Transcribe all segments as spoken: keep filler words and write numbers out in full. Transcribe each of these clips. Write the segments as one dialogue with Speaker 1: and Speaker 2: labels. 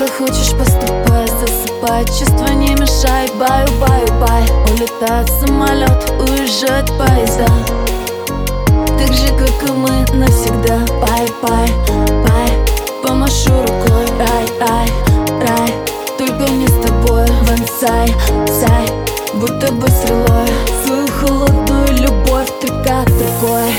Speaker 1: как хочешь поступай, засыпай, чувства не мешай. Баю, баю, бай. Улетает самолет, уезжают поезда, так же, как и мы навсегда. Бай, бай, бай. Помашу рукой, рай, рай, рай. Только не с тобой, вансай, сай. Будто бы стрелой свою холодную любовь трека другой.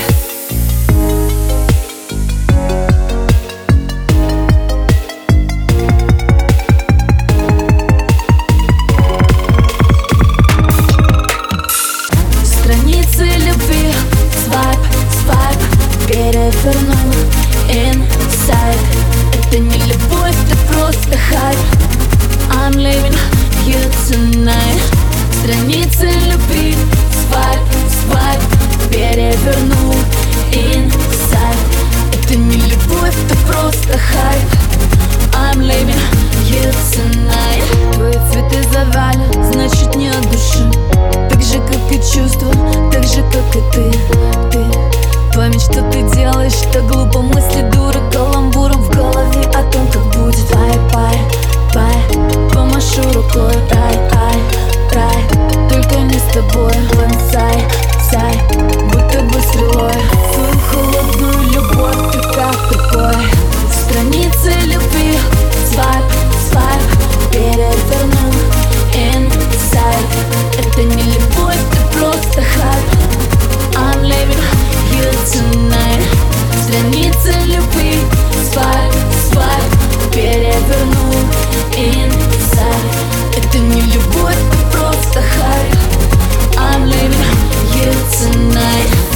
Speaker 1: Страницы любви, свайп, свайп, перевернул inside. Это не любовь, это просто хайп. I'm leaving you tonight. Страницы любви, свайп, свайп, перевернул inside. Это не любовь, это просто хайп. I'm leaving you tonight. Твои цветы завали, значит не от души, так же, как и чувства, так же, как и ты, ты. Память, что ты делаешь, так глупо, мысли дура каламбуром в голове о том, как будет. Бай, бай, бай. Помашу рукой, рай, рай, рай. Только не с тобой, вансай, сай. Будто бы стрелой свою холодную любовь трека другой. Страницы любви, свайп, свайп, перевернул inside. Это не любовь, это просто хайп. I'm leaving you tonight. Страницы любви, свайп, свайп, перевернул inside. Это не любовь, это просто хайп. I'm leaving you tonight.